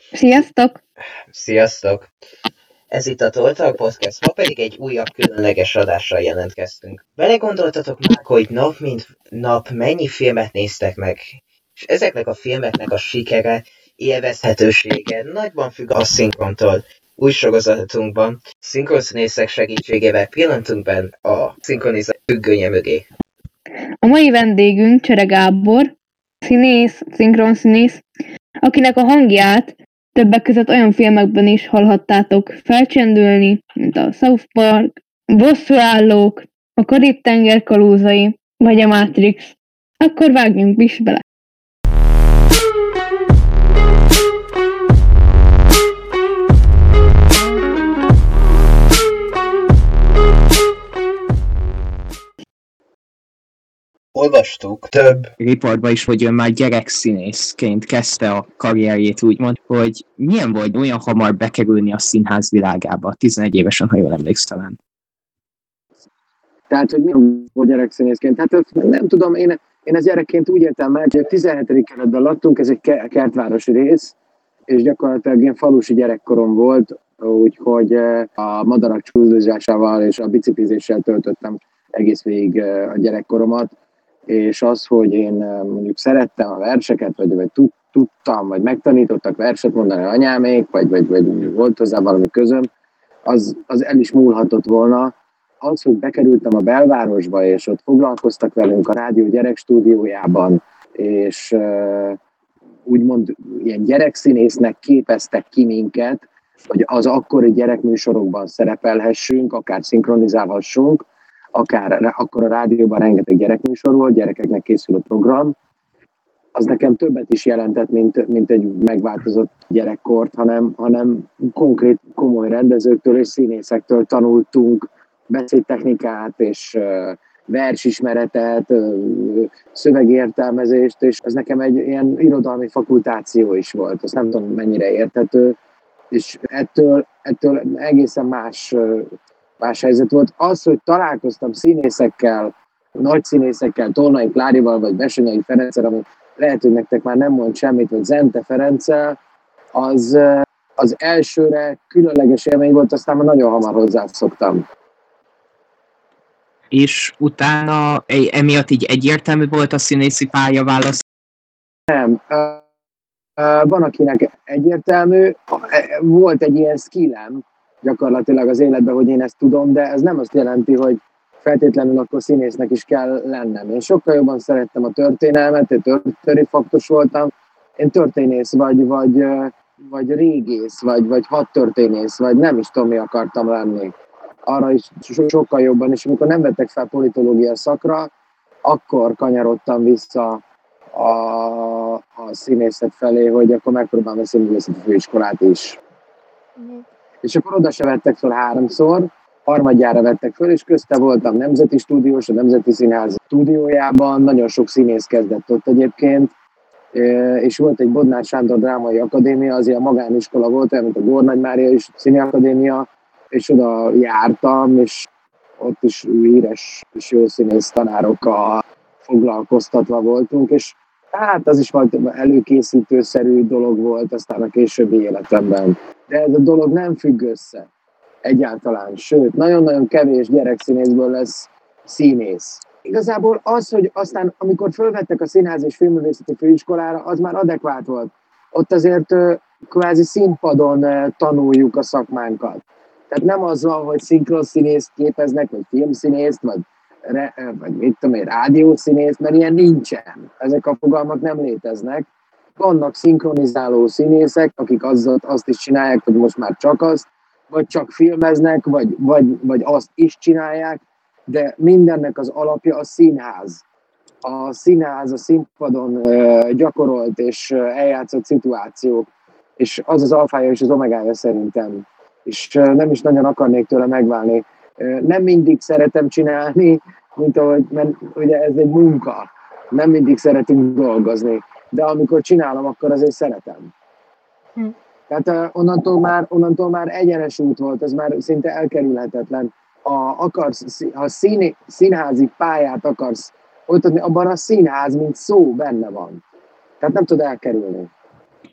Sziasztok! Sziasztok! Ez itt a Toltalk Podcast, ma pedig egy újabb különleges adással jelentkeztünk. Belegondoltatok már, hogy nap mint nap mennyi filmet néztek meg, és ezeknek a filmeknek a sikere, élvezhetősége nagyban függ a szinkrontól. Új sorozatunkban szinkronszínészek segítségével pillantunk benne a szinkronizálás függönye mögé. A mai vendégünk Csere Gábor, szinkronszínész, akinek a hangját többek között olyan filmekben is hallhattátok felcsendülni, mint a South Park, Bosszúállók, a Karib-tenger kalózai, vagy a Matrix. Akkor vágjunk is bele! Olvastuk több riportban is, hogy ő már gyerekszínészként kezdte a karrierjét, úgymond, hogy milyen volt olyan hamar bekerülni a színház világába, 11 évesen, ha jól emlékszem. Tehát, hogy milyen volt gyerekszínészként. Hát nem tudom, én ezt gyerekként úgy értem meg, hogy a 17. kerületben laktunk, ez egy kertvárosi rész, és gyakorlatilag ilyen falusi gyerekkorom volt, úgyhogy a madarak csúzdozásával és a biciklizéssel töltöttem egész végig a gyerekkoromat, és az, hogy én mondjuk szerettem a verseket, vagy tudtam, vagy megtanítottak verset mondani anyámék, vagy volt hozzá valami közöm, az el is múlhatott volna. Az, hogy bekerültem a belvárosba, és ott foglalkoztak velünk a rádió gyerekstúdiójában, és úgymond ilyen gyerekszínésznek képeztek ki minket, hogy az akkori gyerekműsorokban szerepelhessünk, akár szinkronizálhassunk, akkor a rádióban rengeteg gyerekműsor volt, gyerekeknek készülő program, az nekem többet is jelentett, mint egy megváltozott gyerekkort, hanem konkrét, komoly rendezőktől és színészektől tanultunk beszédtechnikát és versismeretet, szövegértelmezést, és ez nekem egy ilyen irodalmi fakultáció is volt. Azt nem tudom, mennyire érthető, és ettől egészen más helyzet volt. Az, hogy találkoztam színészekkel, nagy színészekkel, Tornai Klárival, vagy Bessenyei Ferenccel, ami lehet, hogy nektek már nem mond semmit, vagy Zente Ferenccel, az elsőre különleges élmény volt, aztán már nagyon hamar hozzászoktam. És utána emiatt így egyértelmű volt a színészi pályaválasz? Nem. Van, akinek egyértelmű. Volt egy ilyen skillem gyakorlatilag az életben, hogy én ezt tudom, de ez nem azt jelenti, hogy feltétlenül akkor színésznek is kell lennem. Én sokkal jobban szerettem a történelmet, én történifaktos voltam. Én történész vagy régész, vagy hadtörténész, vagy nem is tudom, mi akartam lenni. Arra is sokkal jobban, és amikor nem vettek fel politológia szakra, akkor kanyarodtam vissza a színészet felé, hogy akkor megpróbálom a színművészeti főiskolát is. És akkor oda se vettek fel 3-szor, harmadjára vettek föl, és közte voltam nemzeti stúdiós, a Nemzeti Színház stúdiójában, nagyon sok színész kezdett ott egyébként, és volt egy Bodnár Sándor Drámai Akadémia, az ilyen magániskola volt, olyan, mint a Gornagy Mária is Színiakadémia, és oda jártam, és ott is híres és jó színész tanárokkal foglalkoztatva voltunk, és hát az is volt előkészítőszerű dolog volt aztán a későbbi életemben. De ez a dolog nem függ össze egyáltalán, sőt, nagyon-nagyon kevés gyerekszínészből lesz színész. Igazából az, hogy aztán amikor fölvettek a Színház és Filmművészeti Főiskolára, az már adekvát volt. Ott azért kvázi színpadon tanuljuk a szakmánkat. Tehát nem az van, hogy szinkronszínészt képeznek, vagy filmszínészt, vagy mit tudom én, rádiószínészt, mert ilyen nincsen. Ezek a fogalmak nem léteznek. Vannak szinkronizáló színészek, akik azt is csinálják, hogy most már csak azt, vagy csak filmeznek, vagy azt is csinálják, de mindennek az alapja a színház. A színház a színpadon gyakorolt és eljátszott szituációk, és az az alfája és az omegája szerintem. És nem is nagyon akarnék tőle megválni. Nem mindig szeretem csinálni, mert ugye ez egy munka. Nem mindig szeretünk dolgozni. De amikor csinálom, akkor azért szeretem. Tehát onnantól már egyenes út volt, ez már szinte elkerülhetetlen. Ha színházi pályát akarsz folytatni, abban a színház, mint szó benne van. Tehát nem tud elkerülni.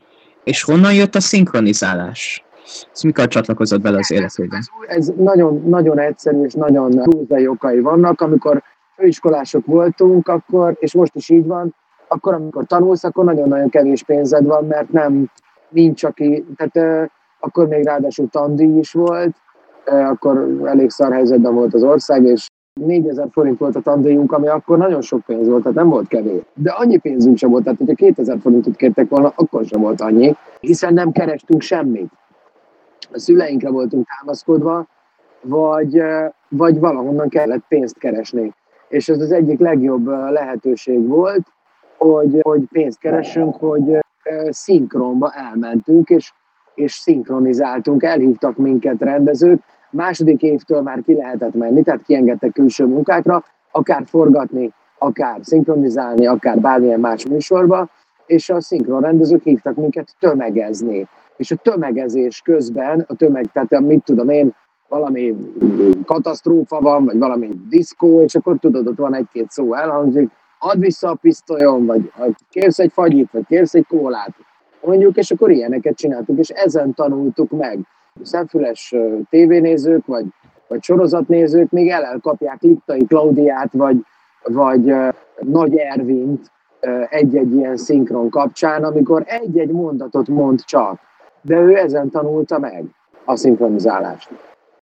És honnan jött a szinkronizálás? Ez mikor csatlakozott bele az életébe? Ez nagyon, nagyon egyszerű és nagyon prózai okai vannak. Amikor főiskolások voltunk, akkor, és most is így van, akkor amikor tanulsz, akkor nagyon-nagyon kevés pénzed van, mert nincs aki, tehát akkor még ráadásul tandíj is volt, akkor elég szar helyzetben volt az ország, és 4000 forint volt a tandíjunk, ami akkor nagyon sok pénz volt, tehát nem volt kevés. De annyi pénzünk sem volt, tehát hogyha 2000 forintot kértek volna, akkor sem volt annyi, hiszen nem kerestünk semmit. A szüleinkre voltunk támaszkodva, vagy valahonnan kellett pénzt keresni. És ez az egyik legjobb lehetőség volt, hogy pénzt keressünk, hogy szinkronba elmentünk, és szinkronizáltunk, elhívtak minket rendezők. Második évtől már ki lehetett menni, tehát kiengedtek külső munkákra, akár forgatni, akár szinkronizálni, akár bármilyen más műsorba, és a szinkronrendezők hívtak minket tömegezni. És a tömegezés közben, tehát mit tudom én, valami katasztrófa van, vagy valami diszkó, és akkor tudod, ott van egy-két szó elhangzik, add vissza a pisztolyon, vagy kérsz egy fagyit, vagy kérsz egy kólát, mondjuk, és akkor ilyeneket csináltuk, és ezen tanultuk meg. Szemfüles tévénézők, vagy sorozatnézők még elkapják Liptai Klaudiát, vagy Nagy Ervint egy-egy ilyen szinkron kapcsán, amikor egy-egy mondatot mond csak, de ő ezen tanulta meg a szinkronizálást.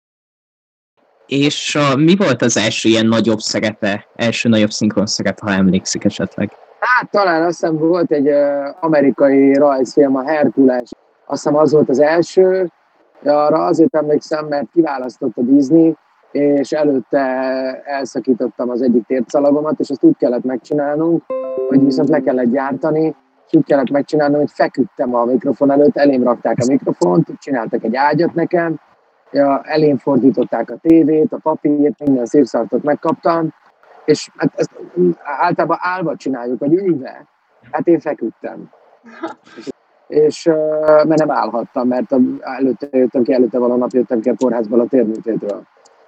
És mi volt az első ilyen nagyobb szerepe, első nagyobb szinkron szerep, ha emlékszik esetleg? Hát talán azt hiszem volt egy amerikai rajzfilm, a Herkules, azt hiszem az volt az első, arra azért emlékszem, mert kiválasztott a Disney, és előtte elszakítottam az egyik tércalagomat, és azt úgy kellett megcsinálnunk, hogy viszont le kellett gyártani, és úgy kellett megcsinálnom, hogy feküdtem a mikrofon előtt, elém rakták a mikrofont, csináltak egy ágyat nekem, elém fordították a tévét, a papírt, minden szívszartot megkaptam, és hát ezt általában állva csináljuk, vagy ülve. Hát én feküdtem. És mert nem állhattam, mert előtte valanap jöttem ki a kórházból a térműtétről.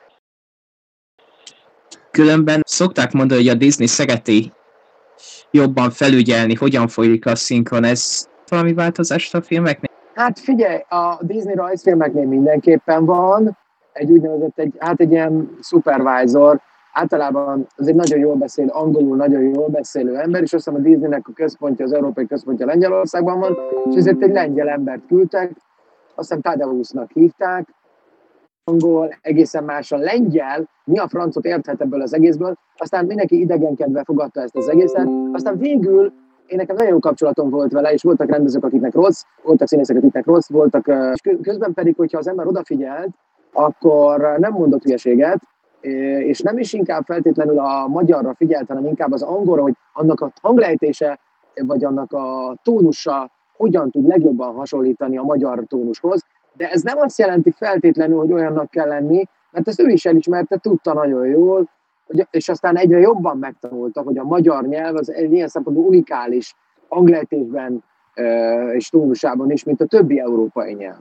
Különben szokták mondani, hogy a Disney szereti jobban felügyelni, hogyan folyik a szinkron. Ez valami változást a filmeknél? Hát figyelj, a Disney rajzfilmeknél mindenképpen van egy úgynevezett, egy ilyen supervisor, általában az egy nagyon jól beszél, angolul nagyon jól beszélő ember, és azt hiszem a Disneynek a központja, az európai központja Lengyelországban van, és ezért egy lengyel embert küldtek, azt hiszem Tadeusznak hívták, angol, egészen más a lengyel, mi a francot érthet ebből az egészből, aztán mindenki idegenkedve fogadta ezt az egészet, aztán végül én nekem nagyon jó kapcsolatom volt vele, és voltak rendezők, akiknek rossz, voltak színészek, akiknek rossz, voltak, és közben pedig, hogyha az ember odafigyelt, akkor nem mondott hülyeséget, és nem is inkább feltétlenül a magyarra figyelt, hanem inkább az angolra, hogy annak a hanglejtése, vagy annak a tónusa hogyan tud legjobban hasonlítani a magyar tónushoz, de ez nem azt jelenti feltétlenül, hogy olyannak kell lenni, mert ezt ő is elismerte, tudta nagyon jól, és aztán egyre jobban megtanulta, hogy a magyar nyelv az egy ilyen szempontból unikális hanglejtésben és tónusában is, mint a többi európai nyelv.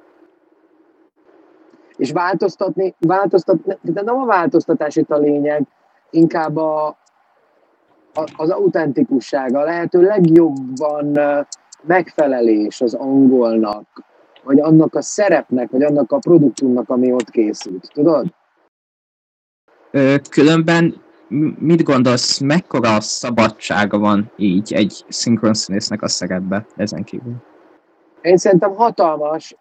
És változtatni, de nem a változtatás itt a lényeg, inkább az autentikussága, a lehető legjobban megfelelés az angolnak, vagy annak a szerepnek, vagy annak a produktumnak, ami ott készült. Tudod? Különben mit gondolsz, mekkora szabadsága van így egy szinkronszínésznek a szerepbe ezen kívül? Én szerintem hatalmas,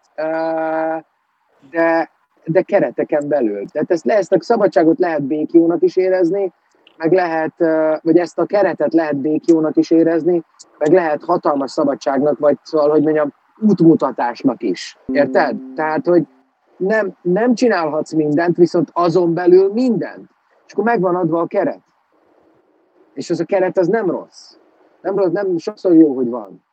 de kereteken belül. Tehát ezt a szabadságot lehet békjónak is érezni, meg lehet, vagy ezt a keretet lehet békjónak is érezni, meg lehet hatalmas szabadságnak, vagy szóval, hogy mondjam, útmutatásnak is. Érted? Tehát, hogy nem csinálhatsz mindent, viszont azon belül mindent. És akkor megvan adva a keret. És az a keret az nem rossz. Nem sokszor jó, hogy van.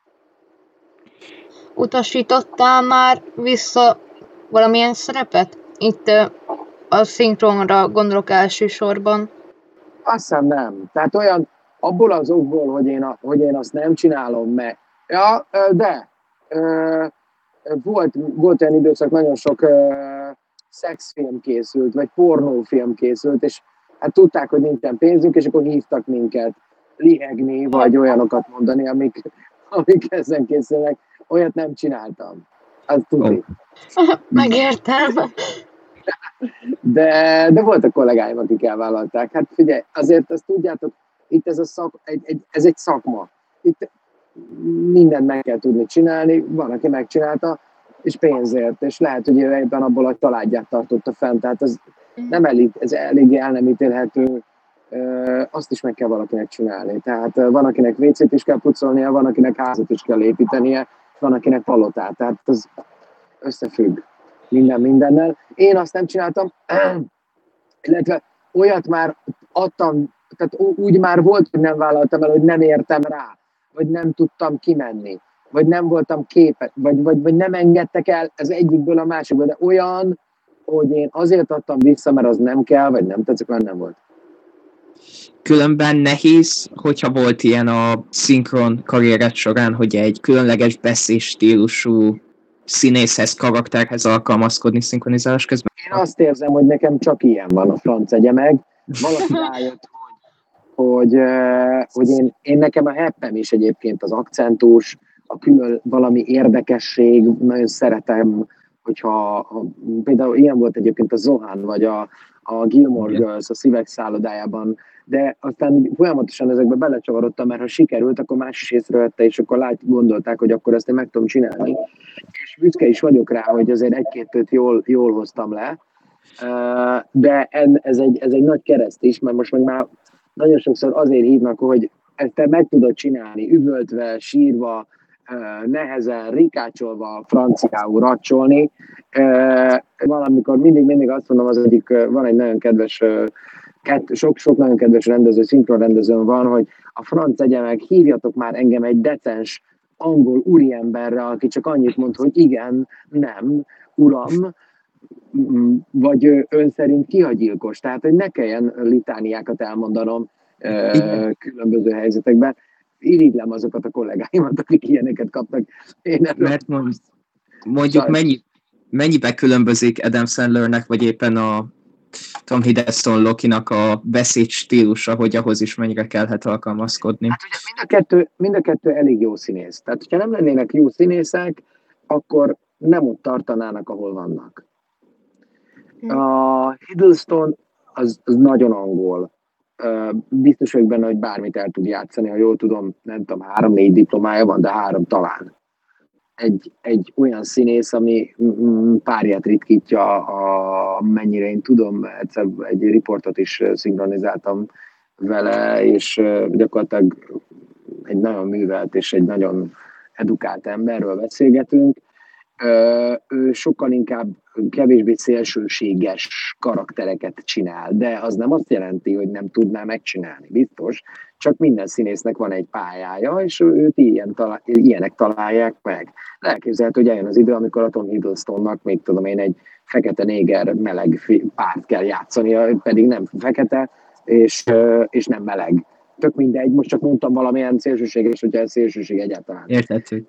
Utasítottál már vissza valamilyen szerepet? Itt a szinkronra gondolok elsősorban. Azt hiszem nem. Tehát olyan, abból az okból, hogy én azt nem csinálom meg. Ja, de volt olyan időszak, nagyon sok szexfilm készült, vagy pornófilm készült, és hát tudták, hogy nincsen pénzünk, és akkor hívtak minket lihegni, vagy olyanokat mondani, amik ezen készülnek. olyat nem csináltam. Az tudni. Megértem. De voltak kollégáim, akik elvállalták. Hát figyelj, azért azt tudjátok, itt ez, ez egy szakma. Itt mindent meg kell tudni csinálni, van, aki megcsinálta, és pénzért, és lehet, hogy ő ebben abból a családját tartotta fent, tehát ez eléggé el nem ítélhető, azt is meg kell valakinek csinálni. Tehát van, akinek WC-t is kell pucolnia, van, akinek házat is kell építenie, van, akinek palotát, tehát ez összefügg mindennel. Én azt nem csináltam, illetve olyat már adtam, tehát úgy már volt, hogy nem vállaltam el, hogy nem értem rá, vagy nem tudtam kimenni, vagy nem voltam képes, vagy nem engedtek el az egyikből a másikból, de olyan, hogy én azért adtam vissza, mert az nem kell, vagy nem tetszik, mert nem volt. Különben nehéz, hogyha volt ilyen a szinkron karriered során, hogy egy különleges beszédstílusú színészhez, karakterhez alkalmazkodni szinkronizálás közben? Én azt érzem, hogy nekem csak ilyen van a franc egyemeg. Valaki rájött, hogy én nekem a heppem is egyébként az akcentus, a külön valami érdekesség, nagyon szeretem, hogyha például ilyen volt egyébként a Zohan, vagy a Gilmore Girls a Szívek szállodájában, de aztán folyamatosan ezekbe belecsavarodtam, mert ha sikerült, akkor más is észrevette, és akkor gondolták, hogy akkor ezt én meg tudom csinálni. És büszke is vagyok rá, hogy azért egy-kettőt jól hoztam le, de ez egy nagy kereszt is, mert most meg már nagyon sokszor azért hívnak, hogy ezt te meg tudod csinálni, üvöltve, sírva, nehezen, rikácsolva, franciául racsolni. Valamikor mindig azt mondom, az egyik, van egy nagyon kedves, sok nagyon kedves rendező, szinkronrendezőm van, hogy a franc egyemek, hívjatok már engem egy decens angol úriemberre, aki csak annyit mond, hogy igen, nem, uram, vagy ön szerint ki a gyilkos. Tehát, hogy ne kelljen litániákat elmondanom különböző helyzetekben. Irigylem azokat a kollégáimat, akik ilyeneket kaptak. Mert mondjuk mennyibe különbözik Adam Sandlernek, vagy éppen a Tom Hiddleston Lokinak a beszéd stílusa, hogy ahhoz is mennyire kellhet alkalmazkodni? Hát ugye mind a kettő elég jó színész. Tehát, hogyha nem lennének jó színészek, akkor nem ott tartanának, ahol vannak. A Hiddleston az nagyon angol. Biztos vagyok benne, hogy bármit el tud játszani, ha jól tudom, nem tudom, 3-4 diplomája van, de 3 talán. Egy olyan színész, ami párját ritkítja, mennyire én tudom, egyszer egy riportot is szinkronizáltam vele, és gyakorlatilag egy nagyon művelt és egy nagyon edukált emberről beszélgetünk. Ő sokkal inkább kevésbé szélsőséges karaktereket csinál, de az nem azt jelenti, hogy nem tudná megcsinálni, biztos, csak minden színésznek van egy pályája, és őt ilyenek találják meg. Elképzelhető, hogy eljön az idő, amikor a Tom Hiddlestonnak, még tudom én, egy fekete néger meleg párt kell játszania, pedig nem fekete, és nem meleg. Tök mindegy, most csak mondtam valamilyen szélsőséges, hogyha ez szélsőség egyáltalán. Érthető.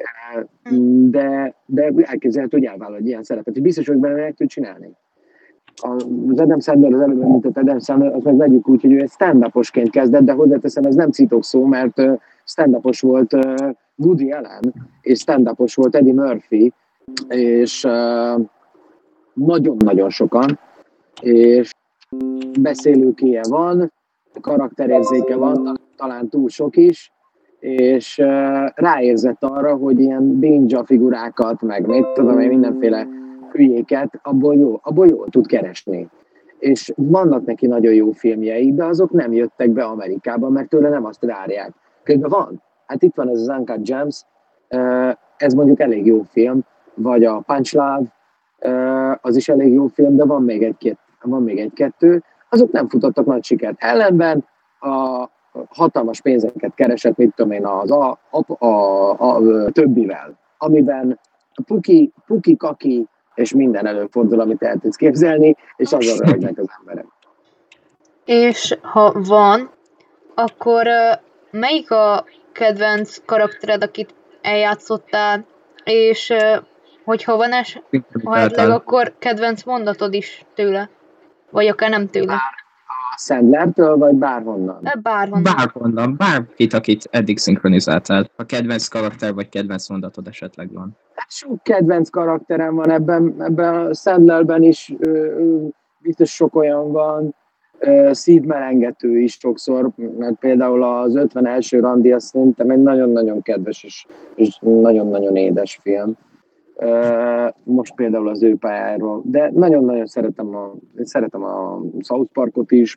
De elképzelhető, hogy elvállal egy ilyen szerepet, és biztos, hogy benne meg tud csinálni. Az Adam Sandler, az előbb említett Adam Sandler, azt meg vegyük úgy, hogy ő egy stand-uposként kezdett, de hozzáteszem, ez nem citok szó, mert stand-upos volt Woody Allen, és stand-upos volt Eddie Murphy, és nagyon-nagyon sokan, és beszélőkéje van, karakterérzéke van, talán túl sok is, és ráérzett arra, hogy ilyen ninja figurákat, meg mit tudom én, mindenféle hülyéket, abból jól tud keresni. És vannak neki nagyon jó filmjei, de azok nem jöttek be Amerikába, mert tőle nem azt várják. Közben van. Hát itt van ez az Uncut Gems, ez mondjuk elég jó film, vagy a Punch Love, az is elég jó film, de van még egy-kettő, azok nem futottak nagy sikert. Ellenben a hatalmas pénzeket keresett, mit tudom én, a többivel, amiben puki, kaki, és minden előfordul, amit el tudsz képzelni, és azon röhögnek az emberek. És ha van, akkor melyik a kedvenc karaktered, akit eljátszottál, és hogyha van esetleg, akkor kedvenc mondatod is tőle? Vagy akár nem tőle? Sandlertől, vagy bárhonnan? Bárhonnan. Bárkit, akit eddig szinkronizáltál. A kedvenc karakter vagy kedvenc mondatod esetleg van. Hát sok kedvenc karakterem van ebben a Sandlerben is, biztos sok olyan van, szívmelengető is sokszor, mert például az 51. randi azt szerintem egy nagyon-nagyon kedves és nagyon-nagyon édes film. Most például az ő pályáról, de nagyon-nagyon szeretem a South Parkot is,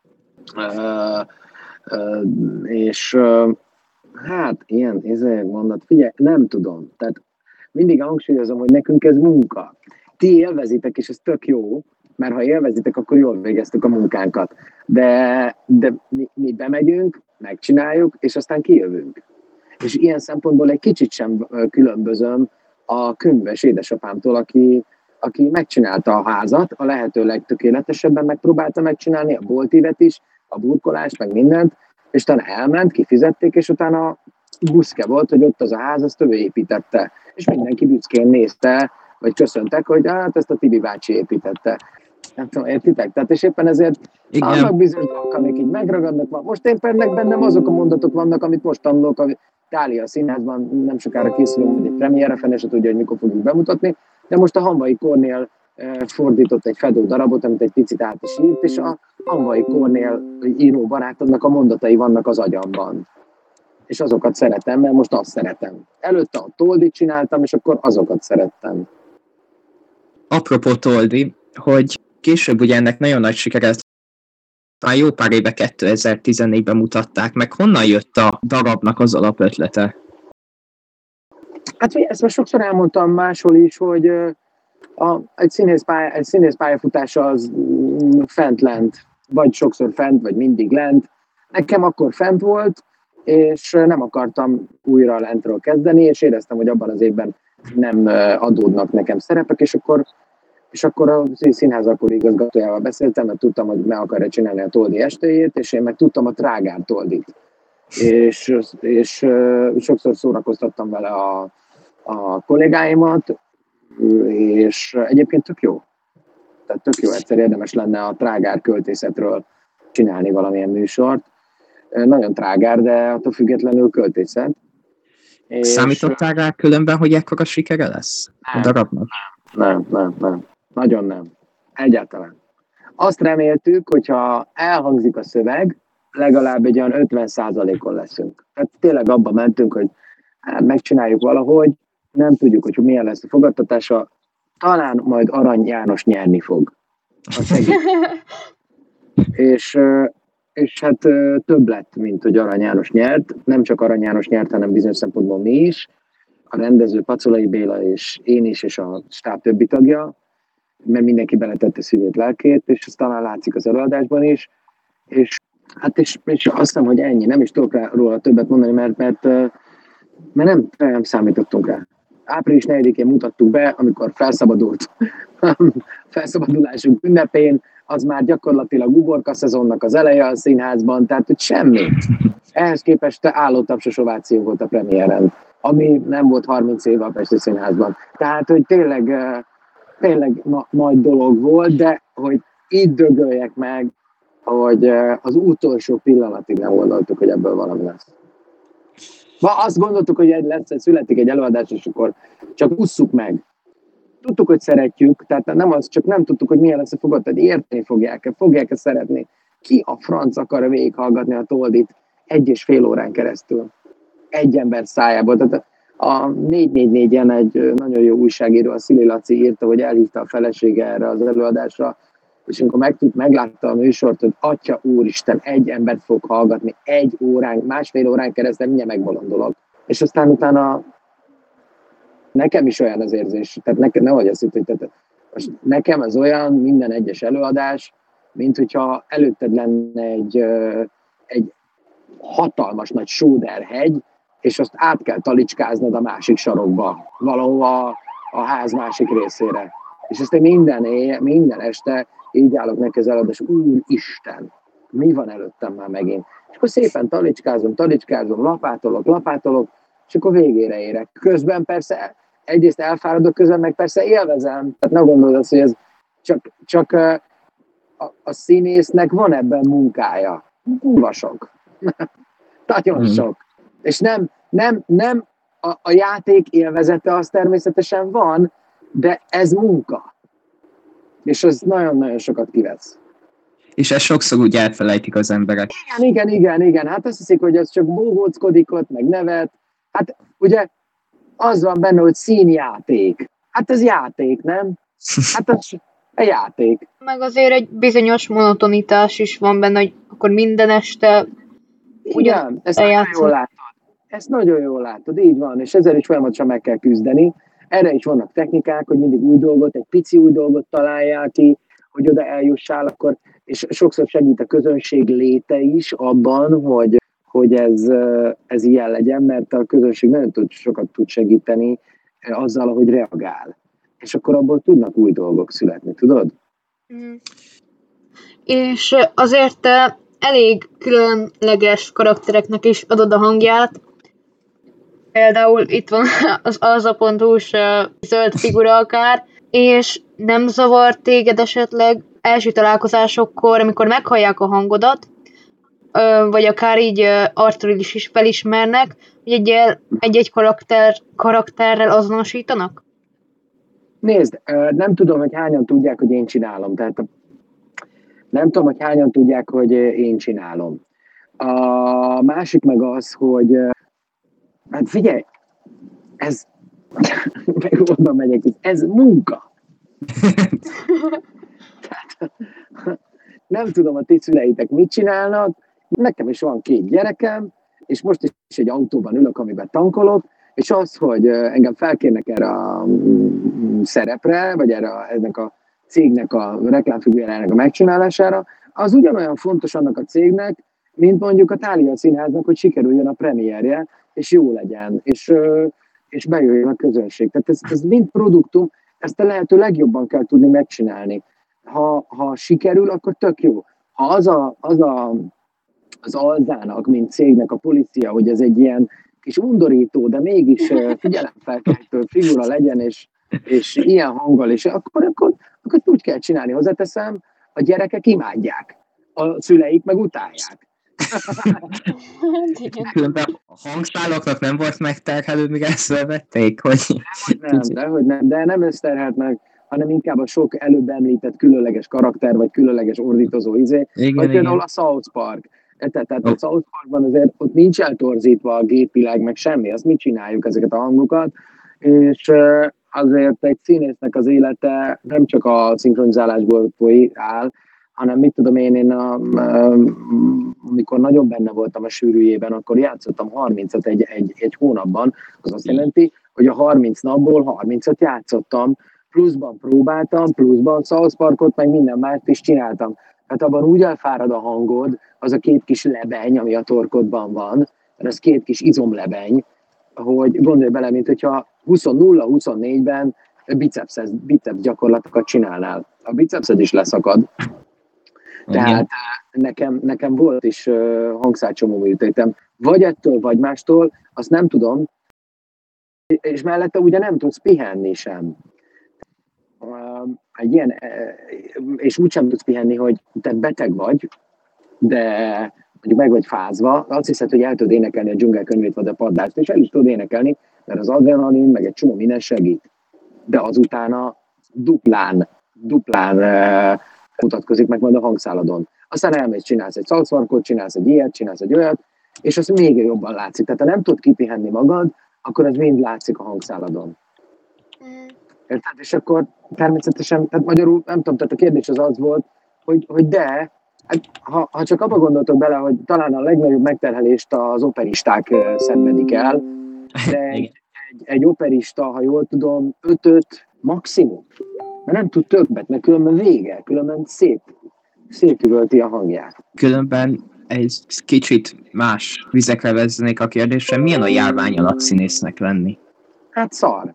és hát ilyen mondat, figyelj, nem tudom, tehát mindig hangsúlyozom, hogy nekünk ez munka. Ti élvezitek, és ez tök jó, mert ha élvezitek, akkor jól végeztük a munkánkat. De mi bemegyünk, megcsináljuk, és aztán kijövünk. És ilyen szempontból egy kicsit sem különbözöm a könyves édesapámtól, aki megcsinálta a házat, a lehető legtökéletesebben megpróbálta megcsinálni, a boltívet is, a burkolást, meg mindent, és utána elment, kifizették, és utána buszke volt, hogy ott az a ház, azt ő építette. És mindenki büszkén nézte, vagy köszöntek, hogy hát ezt a Tibi bácsi építette. Nem tudom, értitek? Tehát és éppen ezért annak bizonyos dolgok, amik így megragadnak. Most éppen bennem azok a mondatok vannak, amit most tanulok a Thália Színházban, nem sokára készülünk egy premierre, fene se tudja, hogy mikor fogjuk bemutatni, de most a Hamvai Kornél fordított egy Fedó darabot, amit egy picit át is írt, és a Hamvai Kornél író barátomnak a mondatai vannak az agyamban. És azokat szeretem, mert most azt szeretem. Előtte a Toldit csináltam, és akkor azokat szerettem. Apropó Toldi, hogy később ugye ennek nagyon nagy sikere, már jó pár éve 2014-ben mutatták meg. Honnan jött a darabnak az alapötlete? Hát ezt már sokszor elmondtam máshol is, hogy egy színész pályafutása az fent-lent, vagy sokszor fent, vagy mindig lent. Nekem akkor fent volt, és nem akartam újra lentről kezdeni, és éreztem, hogy abban az évben nem adódnak nekem szerepek, és akkor a színház akkori igazgatójával beszéltem, mert tudtam, hogy meg akarja csinálni a Toldi estéjét, és én meg tudtam a Trágár Toldit. És sokszor szórakoztattam vele a kollégáimat, és egyébként tök jó. Tehát tök jó, egyszer érdemes lenne a Trágár költészetről csinálni valamilyen műsort. Nagyon trágár, de attól függetlenül költészet. Számítottál rá különben, hogy ekkora sikere lesz a darabnak? Nem. Nagyon nem. Egyáltalán. Azt reméltük, hogyha elhangzik a szöveg, legalább egy olyan 50%-on leszünk. Tehát tényleg abba mentünk, hogy megcsináljuk valahogy, nem tudjuk, hogy milyen lesz a fogadtatása, talán majd Arany János nyerni fog. És hát több lett, mint hogy Arany János nyert. Nem csak Arany János nyert, hanem bizonyos szempontból mi is. A rendező Pacolai Béla és én is, és a stáb többi tagja, mert mindenki beletette szívét, lelkét, és ez talán látszik az előadásban is. És azt hiszem, hogy ennyi. Nem is tudok róla többet mondani, mert nem számítottunk rá. Április 4-én mutattuk be, amikor felszabadult felszabadulásunk ünnepén, az már gyakorlatilag uborka szezonnak az eleje a színházban, tehát hogy semmi. Ehhez képest álló tapsos ováció volt a premiéren, ami nem volt 30 éve a Pesti Színházban. Tehát, hogy tényleg nagy dolog volt, de hogy így dögöljek meg, hogy az utolsó pillanatig nem gondoltuk, hogy ebből valami lesz. Azt gondoltuk, hogy születik egy előadás, és akkor csak usszuk meg. Tudtuk, hogy szeretjük, tehát nem az, csak nem tudtuk, hogy milyen lesz a fogadtad, érteni fogják-e szeretni. Ki a franc akar végighallgatni a Toldit 1,5 órán keresztül? Egy ember szájából. Tehát a 444-en egy nagyon jó újságíró, a Szili Laci írta, hogy elhívta a felesége erre az előadásra, és amikor meglátta a műsort, hogy Atya Úristen, egy embert fog hallgatni 1 órán, 1,5 órán keresztül, mindjárt megbolondolok. És aztán utána nekem is olyan az érzés, tehát nehogy azt hitt, hogy most nekem ez olyan minden egyes előadás, mint hogyha előtted lenne egy hatalmas nagy sóderhegy, és azt át kell talicskáznod a másik sarokba, valahova a ház másik részére. És ezt én minden este így állok neki az előadás, Úristen, mi van előttem már megint? És akkor szépen talicskázom, lapátolok, és akkor végére érek. Közben persze egyrészt elfáradok, közben meg persze élvezem. Tehát ne gondold azt, hogy ez csak a színésznek van ebben munkája. Kurva sok. Nagyon sok. És nem a játék élvezete az természetesen van, de ez munka. És az nagyon-nagyon sokat kivesz. És ezt sokszor úgy elfelejtik az emberek. Igen. Hát azt hiszik, hogy az csak bógóckodik ott, meg nevet. Hát ugye az van benne, hogy színjáték. Hát ez játék, nem? Hát az egy játék. Meg azért egy bizonyos monotonitás is van benne, hogy akkor minden este igen, ezt nagyon jól látod. Ezt nagyon jól látod, így van, és ezzel is folyamatosan meg kell küzdeni. Erre is vannak technikák, hogy mindig új dolgot, egy pici új dolgot találjál ki, hogy oda eljussál, akkor, és sokszor segít a közönség léte is abban, hogy ez ilyen legyen, mert a közönség nagyon sokat tud segíteni azzal, ahogy reagál. És akkor abból tudnak új dolgok születni, tudod? És azért te elég különleges karaktereknek is adod a hangját. Például itt van az alza.hu-s zöld figura akár, és nem zavar téged esetleg első találkozásokkor, amikor meghallják a hangodat, vagy akár így arcról is felismernek, hogy egy-egy karakterrel azonosítanak? Nézd, nem tudom, hogy hányan tudják, hogy én csinálom. Tehát nem tudom, hogy hányan tudják, hogy én csinálom. A másik meg az, hogy hát figyelj, ez meg oda megyek itt, ez munka. Tehát, nem tudom, a ti szüleitek mit csinálnak, nekem is van 2 gyerekem, és most is egy autóban ülök, amiben tankolok, és az, hogy engem felkérnek erre a szerepre, vagy ennek a cégnek a reklámfigurájának a megcsinálására, az ugyanolyan fontos annak a cégnek, mint mondjuk a Thália Színháznak, hogy sikerüljön a premierje, és jó legyen, és bejöjjön a közönség. Tehát ez mind produktum, ezt a lehető legjobban kell tudni megcsinálni. Ha sikerül, akkor tök jó. Ha az alzának, mint cégnek a policia, hogy ez egy ilyen kis undorító, de mégis figyelemfelkeltő figura legyen, és ilyen hanggal, és akkor úgy kell csinálni. Hozzáteszem, a gyerekek imádják, a szüleik meg utálják. Különben a hangszálaknak nem volt megterhelő, míg vették, hogy... De nem összterhelt meg, hanem inkább a sok előbb említett különleges karakter, vagy különleges ordítozó izé, vagy például a South Park. Tehát a South Parkban azért ott nincs eltorzítva a gépileg, meg semmi, azt mi csináljuk ezeket a hangokat, és azért egy színésznek az élete nem csak a szinkronizálásból áll, hanem mit tudom én amikor nagyon benne voltam a sűrűjében, akkor játszottam 30-at egy hónapban, az azt jelenti, hogy a 30 napból 30-at játszottam, pluszban próbáltam, pluszban South Parkot, meg minden mást is csináltam. Tehát abban úgy elfárad a hangod, az a 2 kis lebeny, ami a torkodban van, mert az 2 kis izomlebeny, hogy gondolj bele, mint hogyha 20-0-24-ben biceps gyakorlatokat csinálnál. A bicepszed is leszakad. Tehát nekem volt is hangszálcsomó műtétem. Vagy ettől, vagy mástól, azt nem tudom, és mellette ugye nem tudsz pihenni sem. Egy ilyen, és úgy sem tudsz pihenni, hogy te beteg vagy, de mondjuk meg vagy fázva, azt hiszed, hogy el tudod énekelni a dzsungelkönyvét vagy a padlást, és el is tudod énekelni, mert az adrenalin, meg egy csomó minden segít. De azutána duplán mutatkozik meg majd a hangszáladon. Aztán elmész, csinálsz egy South csinálsz egy ilyet, csinálsz egy olyat, és az még jobban látszik. Tehát ha nem tudod kipihenni magad, akkor ez mind látszik a hangszáladon. Érted? És akkor természetesen, tehát magyarul, nem tudom, tehát a kérdés az volt, hogy de, hát, ha csak abba gondoltok bele, hogy talán a legnagyobb megterhelést az operisták szenvedik el, de egy operista, ha jól tudom, 5 maximum. Mert nem tud többet, mert különben vége, különben szétüvölti a hangját. Különben egy kicsit más vizekre veznék a kérdésre. Milyen a járvány alatt színésznek lenni? Hát szar.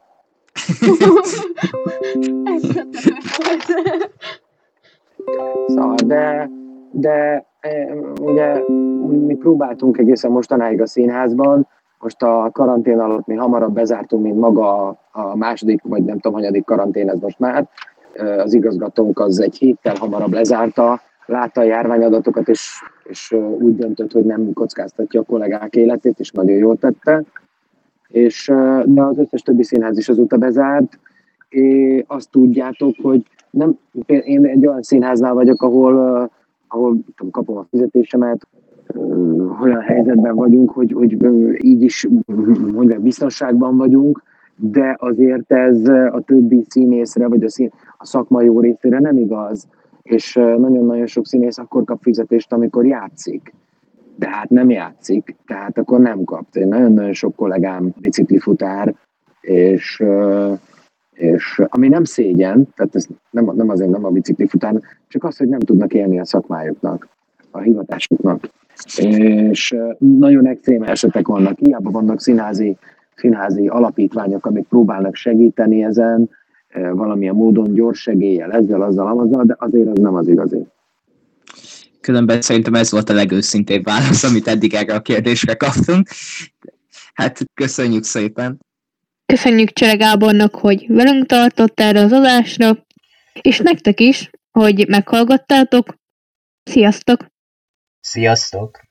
Szar, de ugye mi próbáltunk egészen mostanáig a színházban, most a karantén alatt mi hamarabb bezártunk, mint maga a második, vagy nem tudom, hanyadik karantén ez most már, az igazgatónk az egy héttel hamarabb lezárta, látta a járványadatokat, és úgy döntött, hogy nem kockáztatja a kollégák életét, és nagyon jól tette. De az összes többi színház is azóta bezárt, és azt tudjátok, hogy én egy olyan színháznál vagyok, ahol kapom a fizetésemet, olyan helyzetben vagyunk, hogy így is mondjuk biztonságban vagyunk, de azért ez a többi színészre, vagy a szakma jó részére nem igaz, és nagyon-nagyon sok színész akkor kap fizetést, amikor játszik. De hát nem játszik, tehát akkor nem kap. Én nagyon-nagyon sok kollégám biciklifutár, és ami nem szégyen, tehát ez nem azért nem a biciklifutár, csak az, hogy nem tudnak élni a szakmájuknak, a hivatásuknak. És nagyon extrém esetek vannak, hiába vannak színházi alapítványok, amik próbálnak segíteni ezen, valamilyen módon gyors segéllyel, ezzel, azzal, de azért az nem az igazi. Különben szerintem ez volt a legőszintébb válasz, amit eddig erre a kérdésre kaptunk. Hát köszönjük szépen! Köszönjük Csere Gábornak, hogy velünk tartott erre az adásra, és nektek is, hogy meghallgattátok. Sziasztok! Sziasztok!